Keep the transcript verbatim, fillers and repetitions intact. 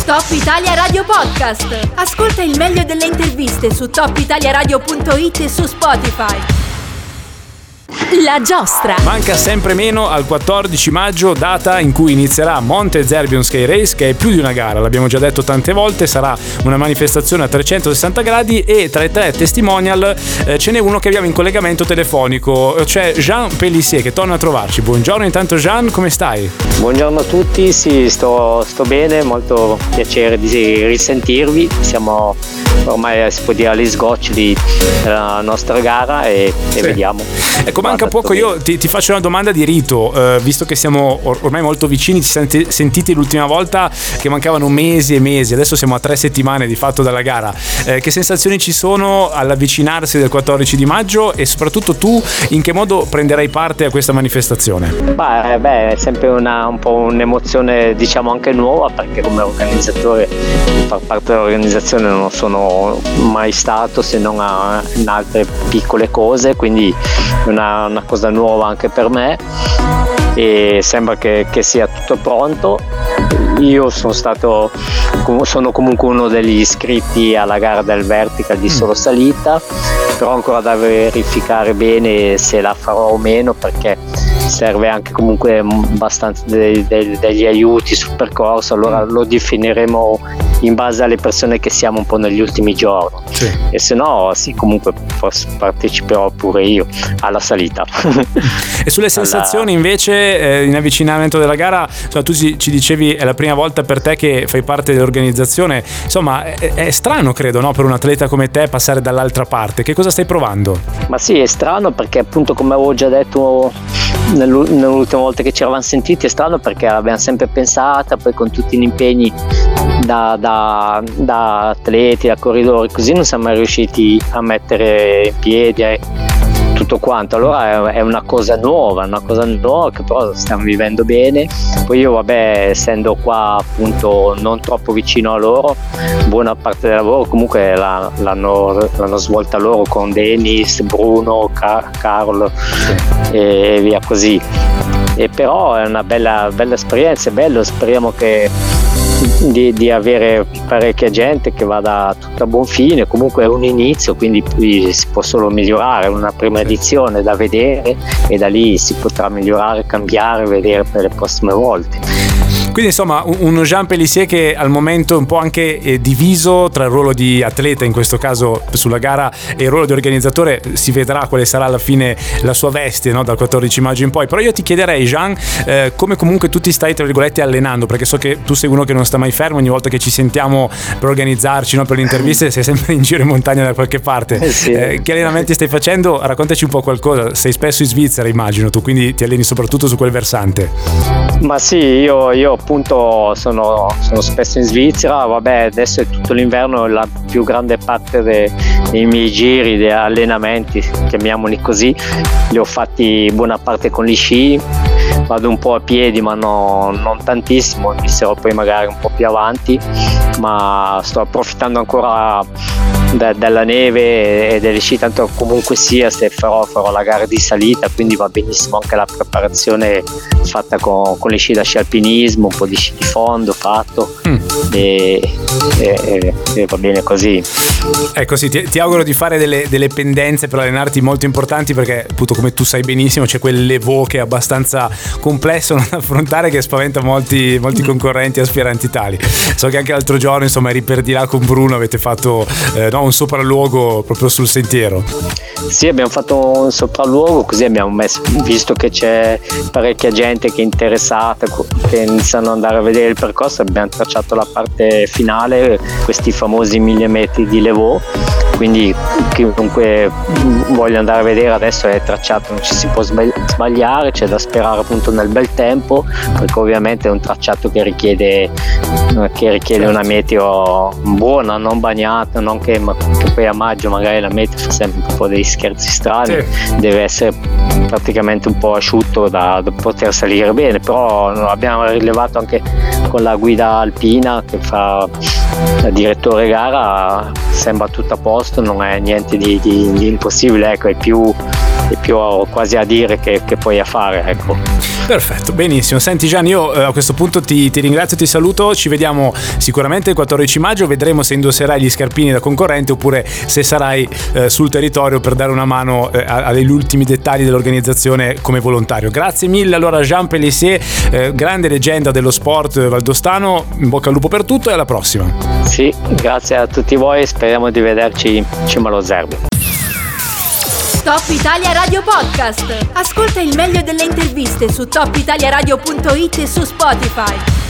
Top Italia Radio Podcast. Ascolta il meglio delle interviste su top italia radio punto it e su Spotify. La giostra. Manca sempre meno al quattordici maggio, data in cui inizierà Monte Zerbion Sky Race, che è più di una gara, l'abbiamo già detto tante volte, sarà una manifestazione a trecentosessanta gradi e tra i tre testimonial eh, ce n'è uno che abbiamo in collegamento telefonico, c'è Jean Pélissier che torna a trovarci. Buongiorno intanto Jean, come stai? Buongiorno a tutti, sì, sto, sto bene, molto piacere di risentirvi, siamo ormai si può dire agli sgoccioli della nostra gara e, sì. e vediamo. Ecco, manca poco, io ti, ti faccio una domanda di rito, eh, visto che siamo or- ormai molto vicini, ci siamo sentiti l'ultima volta che mancavano mesi e mesi, adesso siamo a tre settimane di fatto dalla gara, eh, che sensazioni ci sono all'avvicinarsi del quattordici di maggio e soprattutto tu in che modo prenderai parte a questa manifestazione? Beh, beh è sempre una, un po' un'emozione diciamo anche nuova, perché come organizzatore, far parte dell'organizzazione non sono mai stato se non a, in altre piccole cose, quindi Una, una cosa nuova anche per me e sembra che, che sia tutto pronto. Io sono stato sono comunque uno degli iscritti alla gara del vertical di solo salita, però ancora da verificare bene se la farò o meno, perché serve anche comunque abbastanza de, de, degli aiuti sul percorso, allora lo definiremo in base alle persone che siamo un po' negli ultimi giorni, sì. E se no sì, comunque parteciperò pure io alla salita. E sulle sensazioni alla... invece eh, in avvicinamento della gara, insomma, tu ci, ci dicevi è la prima volta per te che fai parte dell'organizzazione, insomma è, è strano credo, no, per un atleta come te passare dall'altra parte, che cosa stai provando? Ma sì, è strano perché appunto come avevo già detto nell'ultima volta che ci eravamo sentiti, è strano perché l'abbiamo sempre pensata, poi con tutti gli impegni da, da, da atleti, da corridori, così non siamo mai riusciti a mettere in piedi tutto quanto, allora è una cosa nuova, una cosa nuova che però stiamo vivendo bene. Poi io vabbè, essendo qua appunto non troppo vicino a loro, buona parte del lavoro comunque la, l'hanno, l'hanno svolta loro con Dennis, Bruno, Car- Carlo sì. e via così, e però è una bella, bella esperienza, è bello, speriamo che Di, di avere parecchia gente che vada tutto a buon fine. Comunque è un inizio, quindi qui si può solo migliorare, una prima edizione da vedere e da lì si potrà migliorare, cambiare, vedere per le prossime volte. Quindi insomma uno Jean Pélissier che al momento è un po' anche eh, diviso tra il ruolo di atleta in questo caso sulla gara e il ruolo di organizzatore, si vedrà quale sarà alla fine la sua veste, no, dal quattordici maggio in poi. Però io ti chiederei Jean eh, come comunque tu ti stai tra virgolette allenando, perché so che tu sei uno che non sta mai fermo, ogni volta che ci sentiamo per organizzarci, no, per le interviste sei sempre in giro in montagna da qualche parte. Eh sì. eh, che allenamenti stai facendo? Raccontaci un po' qualcosa, sei spesso in Svizzera immagino tu, quindi ti alleni soprattutto su quel versante. Ma sì, io, io appunto sono, sono spesso in Svizzera, vabbè adesso è tutto l'inverno, la più grande parte dei, dei miei giri, dei allenamenti, chiamiamoli così, li ho fatti buona parte con gli sci, vado un po' a piedi ma no, non tantissimo, inizierò poi magari un po' più avanti, ma sto approfittando ancora de, della neve e delle sci, tanto comunque sia se farò, farò la gara di salita, quindi va benissimo anche la preparazione fatta con, con le sci da sci alpinismo, un po' di sci di fondo fatto mm. e, e, e va bene così. Ecco sì, ti, ti auguro di fare delle, delle pendenze per allenarti molto importanti, perché appunto come tu sai benissimo c'è quel levo che è abbastanza complesso da affrontare, che spaventa molti, molti concorrenti e aspiranti tali. So che anche l'altro giorno insomma eri per di là con Bruno, avete fatto eh, no, un sopralluogo proprio sul sentiero. Sì, abbiamo fatto un sopralluogo, così abbiamo messo, visto che c'è parecchia gente che è interessata, che iniziano ad andare a vedere il percorso, abbiamo tracciato la parte finale, questi famosi mille metri di Levaux, quindi chiunque voglia andare a vedere adesso è tracciato, non ci si può sbagliare, c'è da sperare appunto nel bel tempo, perché ovviamente è un tracciato che richiede, che richiede una meteo buona, non bagnata, non che, che poi a maggio magari la meteo fa sempre un po' dei scherzi strani, sì. Deve essere praticamente un po' asciutto da, da poter salire bene, però abbiamo rilevato anche con la guida alpina che fa la direttore gara, sembra tutto a posto, non è niente di, di, di impossibile, ecco, è più è più quasi a dire che, che poi a fare, ecco. Perfetto, benissimo. Senti Gianni, io eh, a questo punto ti, ti ringrazio, ti saluto, ci vediamo sicuramente il quattordici maggio, vedremo se indosserai gli scarpini da concorrente oppure se sarai eh, sul territorio per dare una mano eh, agli ultimi dettagli dell'organizzazione come volontario. Grazie mille allora Jean Pélissier, eh, grande leggenda dello sport valdostano, in bocca al lupo per tutto e alla prossima. Sì, grazie a tutti voi, speriamo di vederci in cima allo Zerbo. Top Italia Radio Podcast. Ascolta il meglio delle interviste su top italia radio punto it e su Spotify.